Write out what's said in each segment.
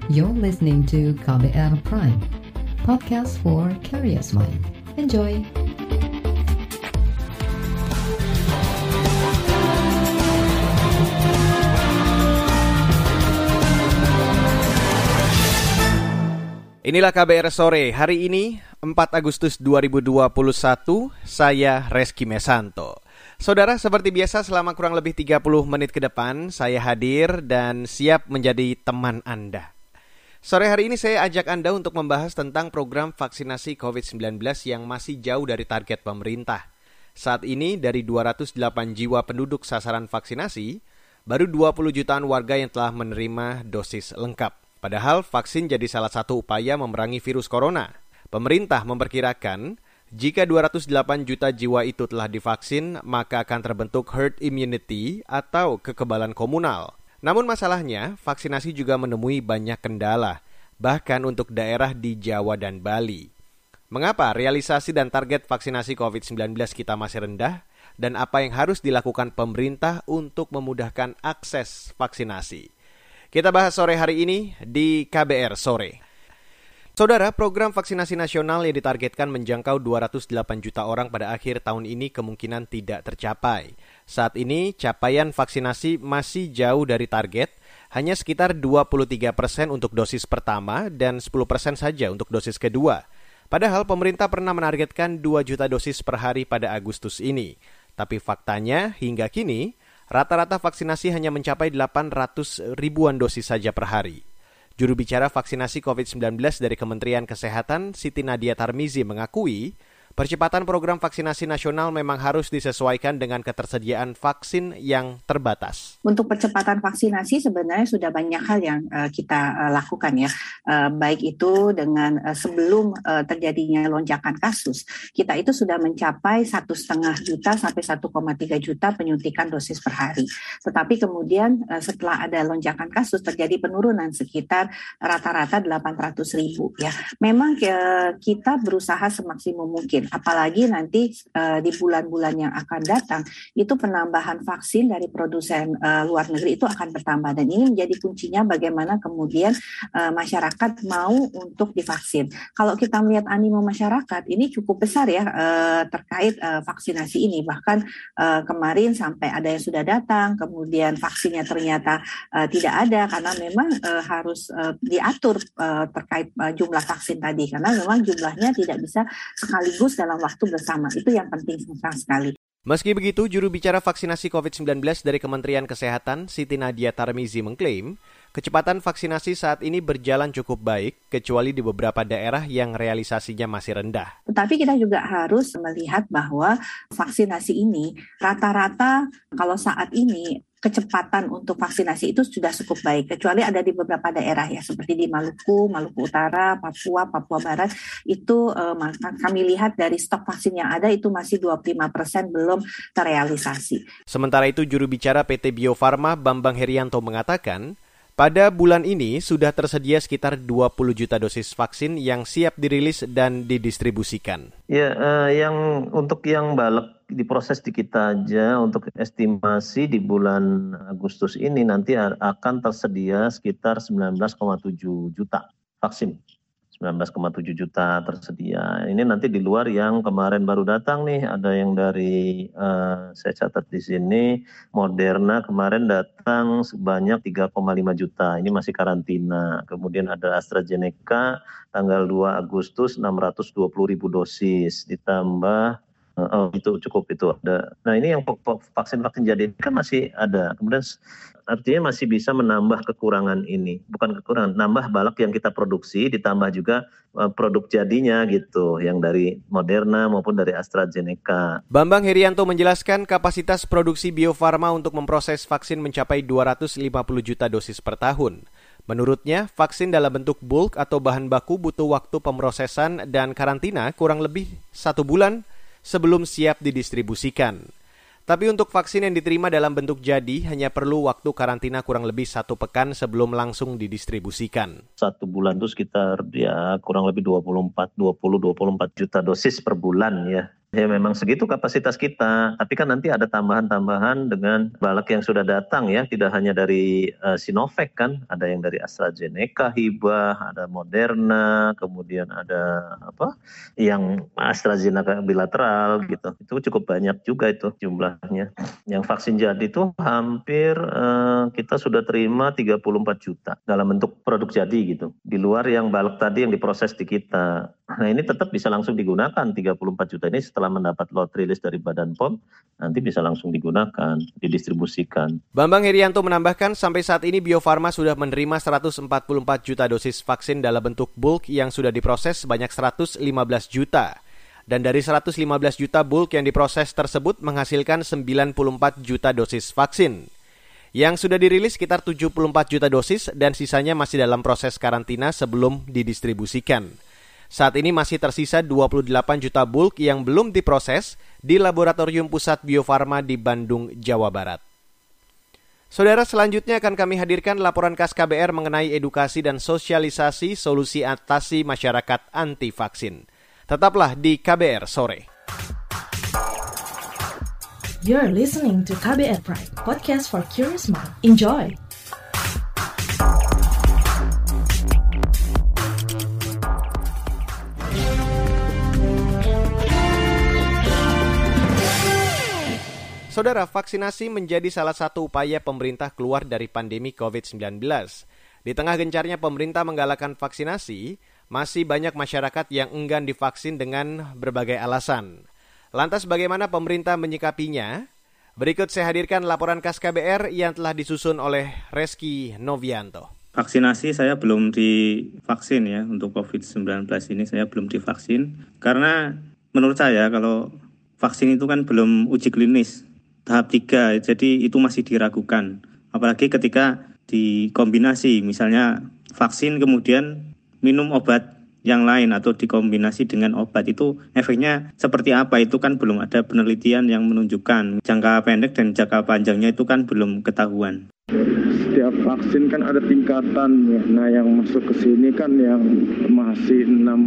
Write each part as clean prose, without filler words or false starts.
You're listening to KBR Prime, podcast for curious mind. Enjoy! Inilah KBR Sore, hari ini 4 Agustus 2021, saya Reski Mesanto. Saudara, seperti biasa selama kurang lebih 30 menit ke depan, saya hadir dan siap menjadi teman Anda. Sore hari ini saya ajak Anda untuk membahas tentang program vaksinasi COVID-19 yang masih jauh dari target pemerintah. Saat ini dari 208 jiwa penduduk sasaran vaksinasi, baru 20 jutaan warga yang telah menerima dosis lengkap. Padahal vaksin jadi salah satu upaya memerangi virus corona. Pemerintah memperkirakan jika 208 juta jiwa itu telah divaksin, maka akan terbentuk herd immunity atau kekebalan komunal. Namun masalahnya, vaksinasi juga menemui banyak kendala, bahkan untuk daerah di Jawa dan Bali. Mengapa realisasi dan target vaksinasi COVID-19 kita masih rendah? Dan apa yang harus dilakukan pemerintah untuk memudahkan akses vaksinasi? Kita bahas sore hari ini di KBR Sore. Saudara, program vaksinasi nasional yang ditargetkan menjangkau 208 juta orang pada akhir tahun ini kemungkinan tidak tercapai. Saat ini, capaian vaksinasi masih jauh dari target, hanya sekitar 23% untuk dosis pertama dan 10% saja untuk dosis kedua. Padahal pemerintah pernah menargetkan 2 juta dosis per hari pada Agustus ini. Tapi faktanya, hingga kini, rata-rata vaksinasi hanya mencapai 800 ribuan dosis saja per hari. Juru bicara vaksinasi COVID-19 dari Kementerian Kesehatan, Siti Nadia Tarmizi mengakui, percepatan program vaksinasi nasional memang harus disesuaikan dengan ketersediaan vaksin yang terbatas. Untuk percepatan vaksinasi sebenarnya sudah banyak hal yang kita lakukan ya. Baik itu dengan sebelum terjadinya lonjakan kasus, kita itu sudah mencapai 1,5 juta sampai 1,3 juta penyuntikan dosis per hari. Tetapi kemudian setelah ada lonjakan kasus terjadi penurunan sekitar rata-rata 800 ribu ya. Memang kita berusaha semaksimum mungkin. Apalagi nanti di bulan-bulan yang akan datang itu penambahan vaksin dari produsen luar negeri itu akan bertambah, dan ini menjadi kuncinya bagaimana kemudian masyarakat mau untuk divaksin. Kalau kita melihat animo masyarakat ini cukup besar ya terkait vaksinasi ini, bahkan kemarin sampai ada yang sudah datang kemudian vaksinnya ternyata tidak ada karena memang harus diatur terkait jumlah vaksin tadi, karena memang jumlahnya tidak bisa sekaligus dalam waktu bersama. Itu yang penting sekali. Meski begitu, juru bicara vaksinasi COVID-19 dari Kementerian Kesehatan, Siti Nadia Tarmizi mengklaim, kecepatan vaksinasi saat ini berjalan cukup baik, kecuali di beberapa daerah yang realisasinya masih rendah. Tetapi kita juga harus melihat bahwa vaksinasi ini rata-rata kalau saat ini kecepatan untuk vaksinasi itu sudah cukup baik, kecuali ada di beberapa daerah ya, seperti di Maluku Utara, Papua Barat, itu kami lihat dari stok vaksin yang ada itu masih 25% belum terrealisasi. Sementara itu, juru bicara PT Bio Farma Bambang Herianto mengatakan, pada bulan ini sudah tersedia sekitar 20 juta dosis vaksin yang siap dirilis dan didistribusikan. Ya, untuk yang balek diproses di kita aja, untuk estimasi di bulan Agustus ini nanti akan tersedia sekitar 19,7 juta vaksin. 19,7 juta tersedia. Ini nanti di luar yang kemarin baru datang nih, ada yang dari saya catat di sini Moderna kemarin datang sebanyak 3,5 juta. Ini masih karantina. Kemudian ada AstraZeneca tanggal 2 Agustus 620 ribu dosis ditambah itu cukup itu ada. Nah, ini yang vaksin jadi kan masih ada. Kemudian artinya masih bisa menambah kekurangan ini. Bukan kekurangan, nambah balak yang kita produksi ditambah juga produk jadinya gitu, yang dari Moderna maupun dari AstraZeneca. Bambang Herianto menjelaskan kapasitas produksi Bio Farma untuk memproses vaksin mencapai 250 juta dosis per tahun. Menurutnya, vaksin dalam bentuk bulk atau bahan baku butuh waktu pemrosesan dan karantina kurang lebih 1 bulan sebelum siap didistribusikan. Tapi untuk vaksin yang diterima dalam bentuk jadi hanya perlu waktu karantina kurang lebih 1 pekan sebelum langsung didistribusikan. 1 bulan itu sekitar kurang lebih 24 juta dosis per bulan ya. Ya memang segitu kapasitas kita, tapi kan nanti ada tambahan-tambahan dengan balik yang sudah datang ya, tidak hanya dari Sinovac kan, ada yang dari AstraZeneca hibah, ada Moderna, kemudian ada yang AstraZeneca bilateral gitu. Itu cukup banyak juga itu jumlahnya. Yang vaksin jadi itu hampir kita sudah terima 34 juta dalam bentuk produk jadi gitu. Di luar yang balik tadi yang diproses di kita. Nah ini tetap bisa langsung digunakan 34 juta ini setelah mendapat lot release dari Badan POM nanti bisa langsung digunakan, didistribusikan. Bambang Herianto menambahkan sampai saat ini Bio Farma sudah menerima 144 juta dosis vaksin dalam bentuk bulk yang sudah diproses sebanyak 115 juta. Dan dari 115 juta bulk yang diproses tersebut menghasilkan 94 juta dosis vaksin. Yang sudah dirilis sekitar 74 juta dosis dan sisanya masih dalam proses karantina sebelum didistribusikan. Saat ini masih tersisa 28 juta bulk yang belum diproses di Laboratorium Pusat Bio Farma di Bandung, Jawa Barat. Saudara, selanjutnya akan kami hadirkan laporan khas KBR mengenai edukasi dan sosialisasi solusi atasi masyarakat anti vaksin. Tetaplah di KBR Sore. You're listening to KBR Pride, podcast for curious mind. Enjoy! Saudara, vaksinasi menjadi salah satu upaya pemerintah keluar dari pandemi COVID-19. Di tengah gencarnya pemerintah menggalakkan vaksinasi, masih banyak masyarakat yang enggan divaksin dengan berbagai alasan. Lantas bagaimana pemerintah menyikapinya? Berikut saya hadirkan laporan khas KBR yang telah disusun oleh Reski Novianto. Vaksinasi saya belum divaksin ya, untuk COVID-19 ini saya belum divaksin. Karena menurut saya kalau vaksin itu kan belum uji klinis. Tahap 3, jadi itu masih diragukan. Apalagi ketika dikombinasi, misalnya vaksin kemudian minum obat yang lain atau dikombinasi dengan obat, itu efeknya seperti apa, itu kan belum ada penelitian yang menunjukkan. Jangka pendek dan jangka panjangnya itu kan belum ketahuan. Setiap vaksin kan ada tingkatan ya. Nah yang masuk ke sini kan yang masih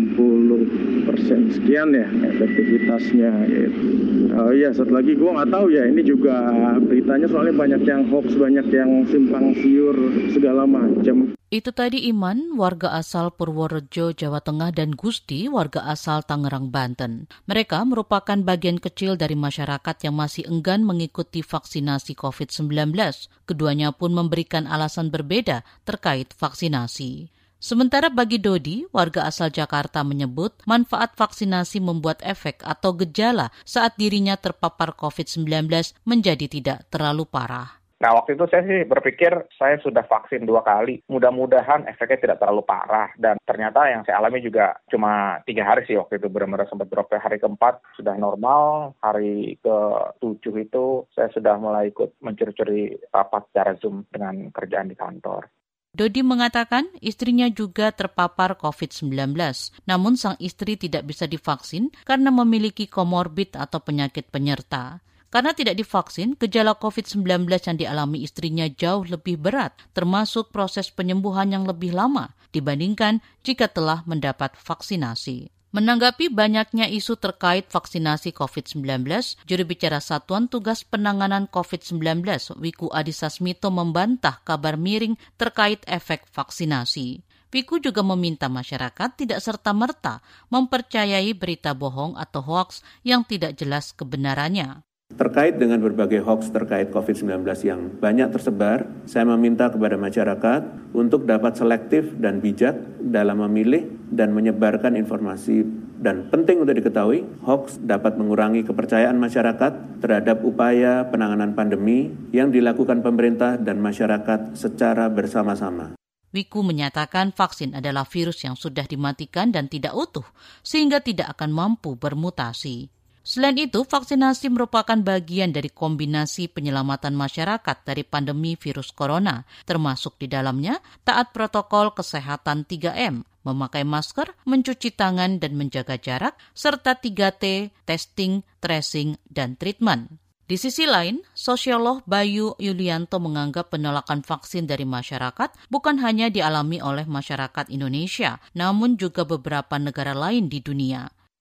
60% sekian ya efektivitasnya gitu. Oh iya, satu lagi gue nggak tahu ya, ini juga beritanya soalnya banyak yang hoax, banyak yang simpang siur segala macam. Itu tadi Iman, warga asal Purworejo, Jawa Tengah, dan Gusti, warga asal Tangerang, Banten. Mereka merupakan bagian kecil dari masyarakat yang masih enggan mengikuti vaksinasi COVID-19. Keduanya pun memberikan alasan berbeda terkait vaksinasi. Sementara bagi Dodi, warga asal Jakarta menyebut manfaat vaksinasi membuat efek atau gejala saat dirinya terpapar COVID-19 menjadi tidak terlalu parah. Nah, waktu itu saya sih berpikir saya sudah vaksin 2 kali. Mudah-mudahan efeknya tidak terlalu parah. Dan ternyata yang saya alami juga cuma 3 hari sih waktu itu. Benar-benar sempat drop. Hari ke-4 sudah normal. Hari ke-7 itu saya sudah mulai ikut mencuri-curi rapat secara Zoom dengan kerjaan di kantor. Dodi mengatakan istrinya juga terpapar COVID-19. Namun sang istri tidak bisa divaksin karena memiliki komorbid atau penyakit penyerta. Karena tidak divaksin, gejala COVID-19 yang dialami istrinya jauh lebih berat, termasuk proses penyembuhan yang lebih lama dibandingkan jika telah mendapat vaksinasi. Menanggapi banyaknya isu terkait vaksinasi COVID-19, juru bicara Satuan Tugas Penanganan COVID-19, Wiku Adhisa Smito membantah kabar miring terkait efek vaksinasi. Wiku juga meminta masyarakat tidak serta-merta mempercayai berita bohong atau hoaks yang tidak jelas kebenarannya. Terkait dengan berbagai hoaks terkait COVID-19 yang banyak tersebar, saya meminta kepada masyarakat untuk dapat selektif dan bijak dalam memilih dan menyebarkan informasi. Dan penting untuk diketahui, hoaks dapat mengurangi kepercayaan masyarakat terhadap upaya penanganan pandemi yang dilakukan pemerintah dan masyarakat secara bersama-sama. Wiku menyatakan vaksin adalah virus yang sudah dimatikan dan tidak utuh, sehingga tidak akan mampu bermutasi. Selain itu, vaksinasi merupakan bagian dari kombinasi penyelamatan masyarakat dari pandemi virus corona, termasuk di dalamnya taat protokol kesehatan 3M, memakai masker, mencuci tangan dan menjaga jarak, serta 3T, testing, tracing, dan treatment. Di sisi lain, sosiolog Bayu Yulianto menganggap penolakan vaksin dari masyarakat bukan hanya dialami oleh masyarakat Indonesia, namun juga beberapa negara lain di dunia.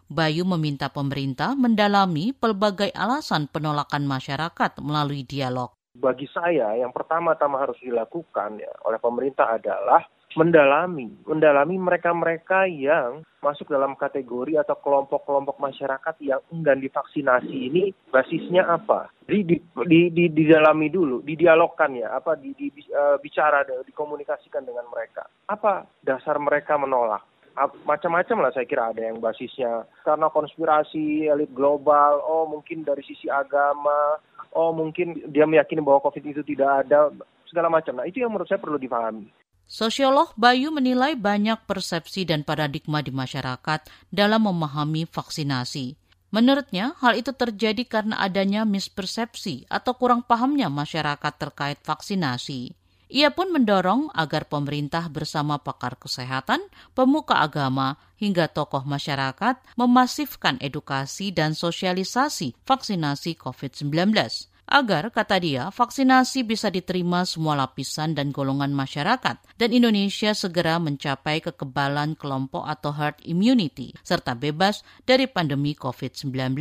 Bayu meminta pemerintah mendalami pelbagai alasan penolakan masyarakat melalui dialog. Bagi saya yang pertama-tama harus dilakukan ya, oleh pemerintah adalah mendalami mereka-mereka yang masuk dalam kategori atau kelompok-kelompok masyarakat yang enggan divaksinasi ini basisnya apa? Jadi didalami dulu, didialogkan ya, bicara, dikomunikasikan dengan mereka. Apa dasar mereka menolak? Macam-macam lah saya kira, ada yang basisnya karena konspirasi elit global, mungkin dari sisi agama, mungkin dia meyakini bahwa COVID itu tidak ada, segala macam. Nah itu yang menurut saya perlu dipahami. Sosiolog Bayu menilai banyak persepsi dan paradigma di masyarakat dalam memahami vaksinasi. Menurutnya, hal itu terjadi karena adanya mispersepsi atau kurang pahamnya masyarakat terkait vaksinasi. Ia pun mendorong agar pemerintah bersama pakar kesehatan, pemuka agama, hingga tokoh masyarakat memasifkan edukasi dan sosialisasi vaksinasi COVID-19. Agar, kata dia, vaksinasi bisa diterima semua lapisan dan golongan masyarakat dan Indonesia segera mencapai kekebalan kelompok atau herd immunity serta bebas dari pandemi COVID-19.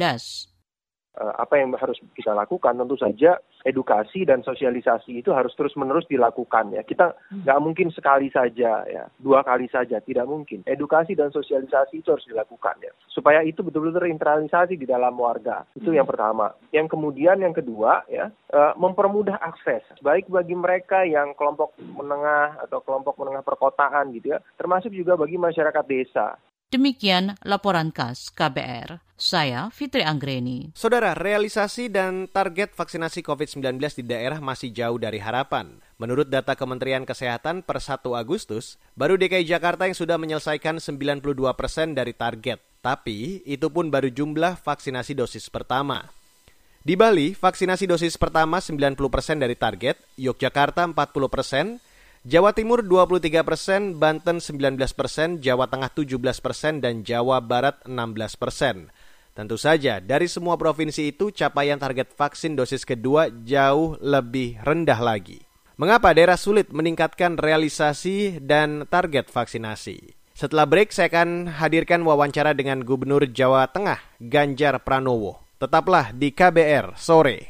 Apa yang harus kita lakukan? Tentu saja edukasi dan sosialisasi itu harus terus-menerus dilakukan ya. Kita nggak mungkin sekali saja ya, 2 kali saja, tidak mungkin. Edukasi dan sosialisasi itu harus dilakukan ya, supaya itu betul-betul terinternalisasi di dalam warga. Itu yang pertama. Yang kemudian yang kedua ya, mempermudah akses baik bagi mereka yang kelompok menengah atau kelompok menengah perkotaan gitu ya, termasuk juga bagi masyarakat desa. Demikian laporan khas KBR. Saya Fitri Anggreni. Saudara, realisasi dan target vaksinasi COVID-19 di daerah masih jauh dari harapan. Menurut data Kementerian Kesehatan per 1 Agustus, baru DKI Jakarta yang sudah menyelesaikan 92% dari target. Tapi, itu pun baru jumlah vaksinasi dosis pertama. Di Bali, vaksinasi dosis pertama 90% dari target, Yogyakarta 40%, Jawa Timur 23%, Banten 19%, Jawa Tengah 17%, dan Jawa Barat 16%. Tentu saja, dari semua provinsi itu, capaian target vaksin dosis kedua jauh lebih rendah lagi. Mengapa daerah sulit meningkatkan realisasi dan target vaksinasi? Setelah break, saya akan hadirkan wawancara dengan Gubernur Jawa Tengah, Ganjar Pranowo. Tetaplah di KBR Sore.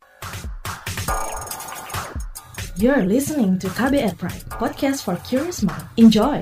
You're listening to KBR Pride, podcast for curious mind. Enjoy!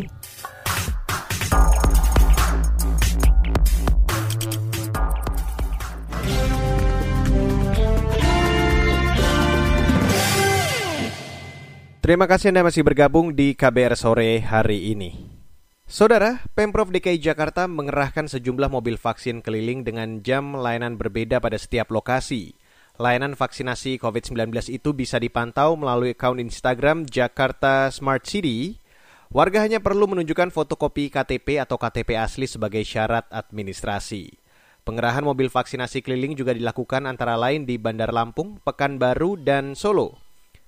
Terima kasih Anda masih bergabung di KBR Sore hari ini. Saudara, Pemprov DKI Jakarta mengerahkan sejumlah mobil vaksin keliling dengan jam layanan berbeda pada setiap lokasi. Layanan vaksinasi COVID-19 itu bisa dipantau melalui akun Instagram Jakarta Smart City. Warga hanya perlu menunjukkan fotokopi KTP atau KTP asli sebagai syarat administrasi. Pengerahan mobil vaksinasi keliling juga dilakukan antara lain di Bandar Lampung, Pekanbaru, dan Solo.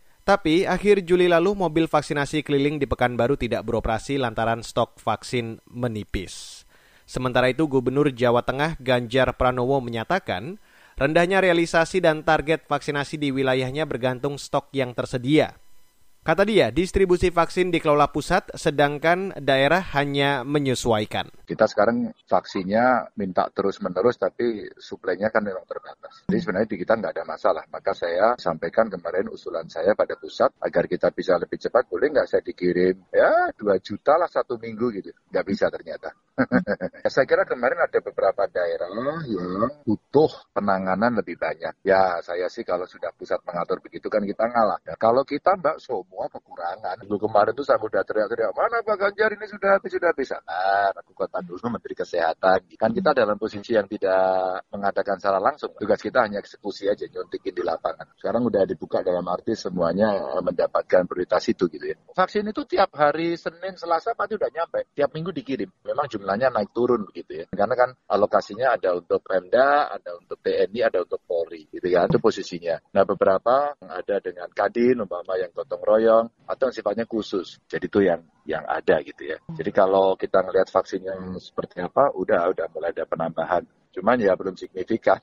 Tapi akhir Juli lalu mobil vaksinasi keliling di Pekanbaru tidak beroperasi lantaran stok vaksin menipis. Sementara itu Gubernur Jawa Tengah Ganjar Pranowo menyatakan rendahnya realisasi dan target vaksinasi di wilayahnya bergantung stok yang tersedia. Kata dia, distribusi vaksin dikelola pusat, sedangkan daerah hanya menyesuaikan. Kita sekarang vaksinnya minta terus-menerus, tapi suplainya kan memang terbatas. Jadi sebenarnya di kita nggak ada masalah. Maka saya sampaikan kemarin usulan saya pada pusat, agar kita bisa lebih cepat, boleh nggak saya dikirim 2 juta lah 1 minggu gitu. Nggak bisa ternyata. Saya kira kemarin ada beberapa daerah yang butuh penanganan lebih banyak. Ya saya sih kalau sudah pusat mengatur begitu kan kita ngalah. Ya, kalau kita Mbak semua kekurangan. Dulu kemarin tuh saya udah teriak-teriak, mana Pak Ganjar ini sudah habis. Aku kontak dulu Menteri Kesehatan. Kan kita dalam posisi yang tidak mengadakan secara langsung. Tugas kita hanya eksekusi aja, nyuntikin di lapangan. Sekarang udah dibuka dalam arti semuanya mendapatkan prioritas itu gitu ya. Vaksin itu tiap hari Senin, Selasa pasti udah nyampe. Tiap minggu dikirim. Memang jumlahnya naik turun gitu ya. Karena kan alokasinya ada untuk Pemda, ada untuk TNI, ada untuk Polri gitu ya. Itu posisinya. Nah beberapa ada dengan Kadin, umpama yang gotong royong, atau yang sifatnya khusus. Jadi itu yang ada gitu ya. Jadi kalau kita ngelihat vaksin yang seperti apa, udah mulai ada penambahan. Cuman ya belum signifikan.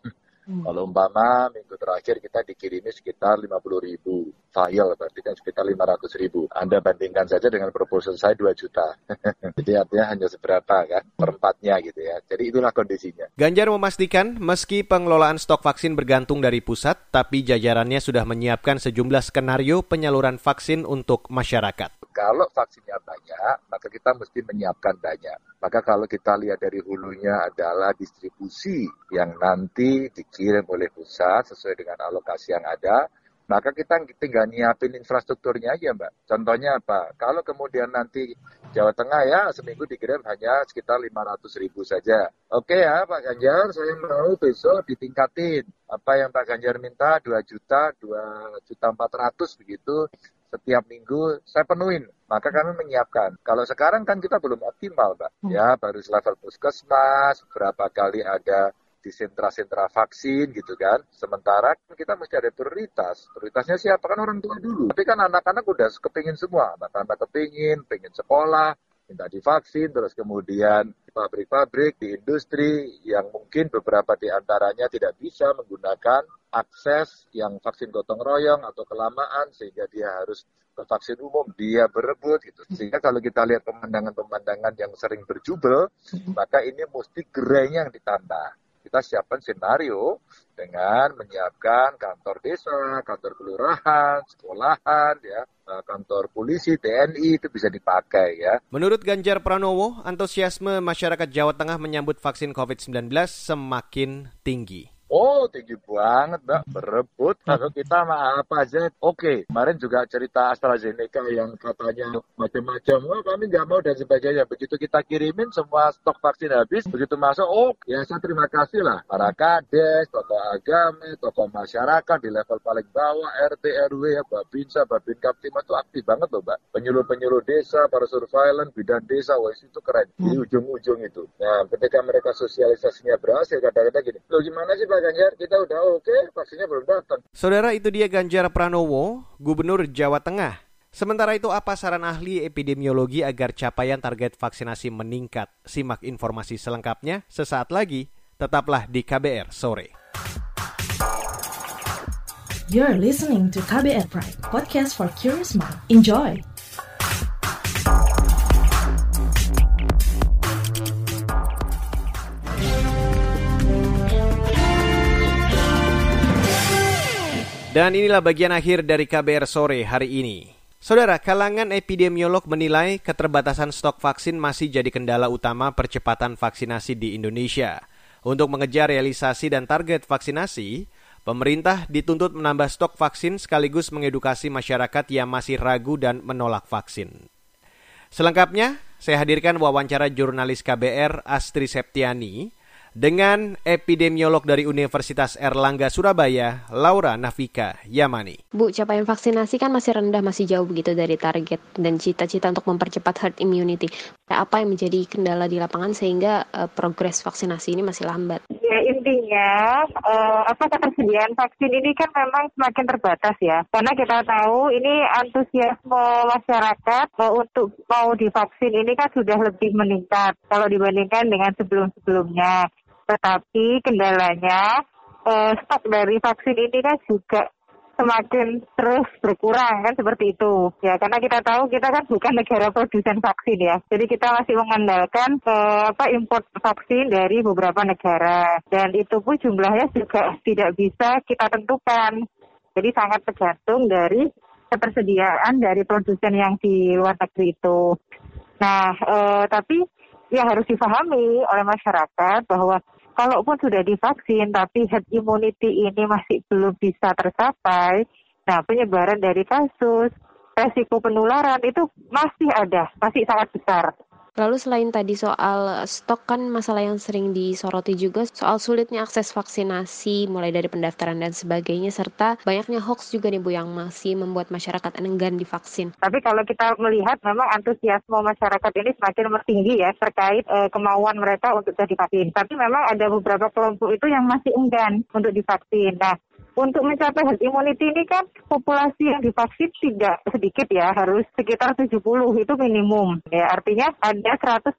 Kalau umpama minggu terakhir kita dikirimi sekitar 50.000 file, berarti kan sekitar 500.000. Anda bandingkan saja dengan proposal saya 2 juta. Jadi artinya hanya seberapa kan, perempatnya gitu ya. Jadi itulah kondisinya. Ganjar memastikan meski pengelolaan stok vaksin bergantung dari pusat, tapi jajarannya sudah menyiapkan sejumlah skenario penyaluran vaksin untuk masyarakat. Kalau vaksinnya banyak, maka kita mesti menyiapkan banyak. Maka kalau kita lihat dari hulunya adalah distribusi yang nanti dikirim oleh pusat sesuai dengan alokasi yang ada, maka kita tinggal nyiapin infrastrukturnya aja, Mbak. Contohnya apa? Kalau kemudian nanti Jawa Tengah ya seminggu dikirim hanya sekitar 500.000 saja. Oke ya Pak Ganjar, saya mau besok ditingkatin. Apa yang Pak Ganjar minta 2 juta, 2.400.000 begitu. Setiap minggu saya penuhin, maka kami menyiapkan. Kalau sekarang kan kita belum optimal, Mbak. Ya, baru level puskesmas, berapa kali ada di sentra-sentra vaksin gitu kan. Sementara kita mesti ada prioritas. Prioritasnya siapa? Kan orang tua dulu. Tapi kan anak-anak udah kepingin semua. Anak-anak pengen sekolah, minta divaksin, terus kemudian di pabrik-pabrik, di industri yang mungkin beberapa di antaranya tidak bisa menggunakan akses yang vaksin gotong royong atau kelamaan sehingga dia harus ke vaksin umum, dia berebut gitu. Sehingga kalau kita lihat pemandangan-pemandangan yang sering berjubel, maka ini mesti gerainya yang ditambah. Kita siapkan senario dengan menyiapkan kantor desa, kantor kelurahan, sekolahan, ya, kantor polisi, TNI itu bisa dipakai ya. Menurut Ganjar Pranowo, antusiasme masyarakat Jawa Tengah menyambut vaksin COVID-19 semakin tinggi. Oh, tinggi banget, Mbak. Berebut. Kalau kita mah apa aja, oke. Kemarin juga cerita AstraZeneca yang katanya macam-macam. Oh, kami nggak mau dan sebagainya. Begitu kita kirimin semua stok vaksin habis, begitu masuk, oh, ya saya terima kasih lah. Para kades, tokoh agama, tokoh masyarakat di level paling bawah, RT, RW, ya, Babinsa, Babin Kaptima itu aktif banget loh, Mbak. Penyuluh-penyuluh desa, para surveillance, bidan desa, wah itu keren. Di ujung-ujung itu. Nah, ketika mereka sosialisasinya berhasil, kadang-kadang gini, loh gimana sih Pak Ganjar, kita udah oke, vaksinnya belum datang. Saudara, itu dia Ganjar Pranowo, Gubernur Jawa Tengah. Sementara itu, apa saran ahli epidemiologi agar capaian target vaksinasi meningkat? Simak informasi selengkapnya sesaat lagi. Tetaplah di KBR Sore. You're listening to KBR Pride, podcast for curious mind. Enjoy! Dan inilah bagian akhir dari KBR Sore hari ini. Saudara, kalangan epidemiolog menilai keterbatasan stok vaksin masih jadi kendala utama percepatan vaksinasi di Indonesia. Untuk mengejar realisasi dan target vaksinasi, pemerintah dituntut menambah stok vaksin sekaligus mengedukasi masyarakat yang masih ragu dan menolak vaksin. Selengkapnya, saya hadirkan wawancara jurnalis KBR Astri Septiani dengan epidemiolog dari Universitas Erlangga Surabaya, Laura Nafika Yamani. Bu, capaian vaksinasi kan masih rendah, masih jauh begitu dari target dan cita-cita untuk mempercepat herd immunity. Apa yang menjadi kendala di lapangan sehingga progres vaksinasi ini masih lambat? Ya, intinya ketersediaan vaksin ini kan memang semakin terbatas ya. Karena kita tahu ini antusiasme masyarakat untuk mau divaksin ini kan sudah lebih meningkat kalau dibandingkan dengan sebelum-sebelumnya. Tetapi kendalanya stok dari vaksin ini kan juga semakin terus berkurang kan seperti itu ya, karena kita tahu kita kan bukan negara produsen vaksin ya, jadi kita masih mengandalkan import vaksin dari beberapa negara dan itu pun jumlahnya juga tidak bisa kita tentukan, jadi sangat tergantung dari ketersediaan dari produsen yang di luar negeri itu. Nah tapi ya harus dipahami oleh masyarakat bahwa kalaupun sudah divaksin tapi herd immunity ini masih belum bisa tercapai, nah penyebaran dari kasus, resiko penularan itu masih ada, masih sangat besar. Lalu selain tadi soal stok kan masalah yang sering disoroti juga soal sulitnya akses vaksinasi mulai dari pendaftaran dan sebagainya serta banyaknya hoax juga nih Bu yang masih membuat masyarakat enggan divaksin. Tapi kalau kita melihat memang antusiasme masyarakat ini semakin tinggi ya terkait kemauan mereka untuk divaksin. Tapi memang ada beberapa kelompok itu yang masih enggan untuk divaksin. Nah, Untuk mencapai herd immunity ini kan populasi yang divaksin tidak sedikit ya, harus sekitar 70 itu minimum. Ya, artinya ada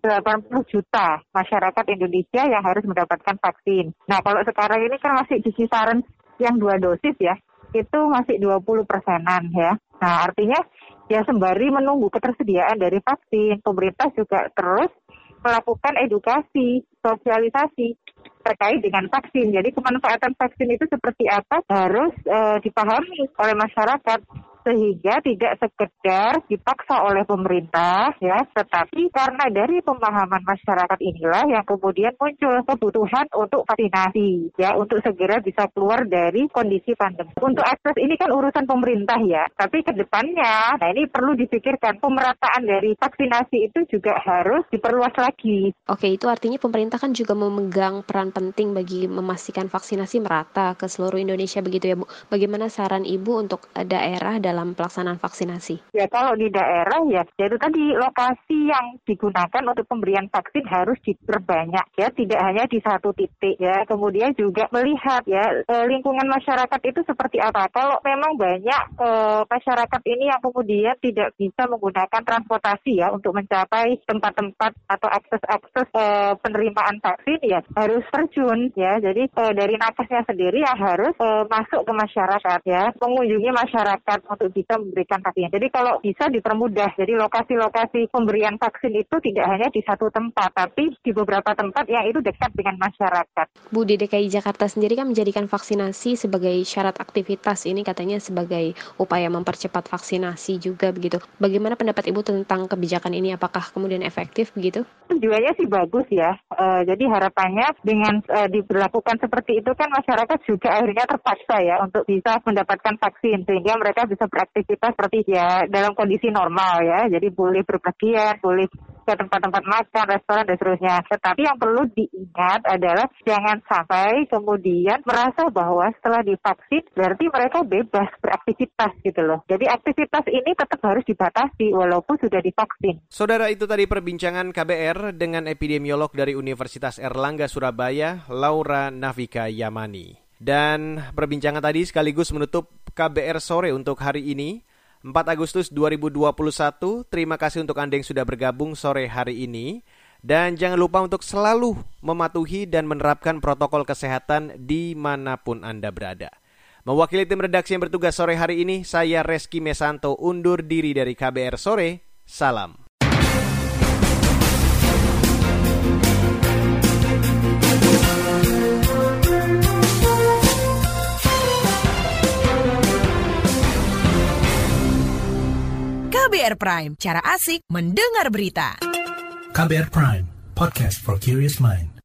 180 juta masyarakat Indonesia yang harus mendapatkan vaksin. Nah, kalau sekarang ini kan masih di kisaran yang 2 dosis ya, itu masih 20%-an ya. Nah, artinya ya sembari menunggu ketersediaan dari vaksin, pemerintah juga terus melakukan edukasi, sosialisasi terkait dengan vaksin. Jadi kemanfaatan vaksin itu seperti apa harus dipahami oleh masyarakat, sehingga tidak sekedar dipaksa oleh pemerintah ya, tetapi karena dari pemahaman masyarakat inilah yang kemudian muncul kebutuhan untuk vaksinasi ya, untuk segera bisa keluar dari kondisi pandemi. Untuk akses ini kan urusan pemerintah ya, tapi ke depannya nah ini perlu dipikirkan, pemerataan dari vaksinasi itu juga harus diperluas lagi. Oke, itu artinya pemerintah kan juga memegang peran penting bagi memastikan vaksinasi merata ke seluruh Indonesia begitu ya Bu. Bagaimana saran Ibu untuk daerah dalam pelaksanaan vaksinasi? Ya kalau di daerah ya itu tadi lokasi yang digunakan untuk pemberian vaksin harus diperbanyak ya, tidak hanya di satu titik ya. Kemudian juga melihat ya lingkungan masyarakat itu seperti apa. Kalau memang banyak masyarakat ini yang kemudian tidak bisa menggunakan transportasi ya untuk mencapai tempat-tempat atau akses penerimaan vaksin ya harus terjun ya. Jadi dari nakesnya sendiri yang harus masuk ke masyarakat ya, mengunjungi masyarakat untuk bisa memberikan vaksin. Jadi kalau bisa dipermudah, jadi lokasi-lokasi pemberian vaksin itu tidak hanya di satu tempat, tapi di beberapa tempat yang itu dekat dengan masyarakat. Bu, di DKI Jakarta sendiri kan menjadikan vaksinasi sebagai syarat aktivitas, ini katanya sebagai upaya mempercepat vaksinasi juga begitu. Bagaimana pendapat Ibu tentang kebijakan ini? Apakah kemudian efektif begitu? Tujuannya sih bagus ya. Jadi harapannya dengan diberlakukan seperti itu kan masyarakat juga akhirnya terpaksa ya untuk bisa mendapatkan vaksin, sehingga mereka bisa beraktivitas seperti ya dalam kondisi normal ya. Jadi boleh berpergian, boleh ke tempat-tempat makan, restoran dan seterusnya. Tetapi yang perlu diingat adalah jangan sampai kemudian merasa bahwa setelah divaksin berarti mereka bebas beraktivitas gitu loh. Jadi aktivitas ini tetap harus dibatasi walaupun sudah divaksin. Saudara, itu tadi perbincangan KBR dengan epidemiolog dari Universitas Erlangga Surabaya, Laura Navika Yamani. Dan perbincangan tadi sekaligus menutup KBR Sore untuk hari ini, 4 Agustus 2021. Terima kasih untuk Anda yang sudah bergabung sore hari ini. Dan jangan lupa untuk selalu mematuhi dan menerapkan protokol kesehatan dimanapun Anda berada. Mewakili tim redaksi yang bertugas sore hari ini, saya Reski Mesanto undur diri dari KBR Sore. Salam. KBR Prime, cara asik mendengar berita. KBR Prime, podcast for curious mind.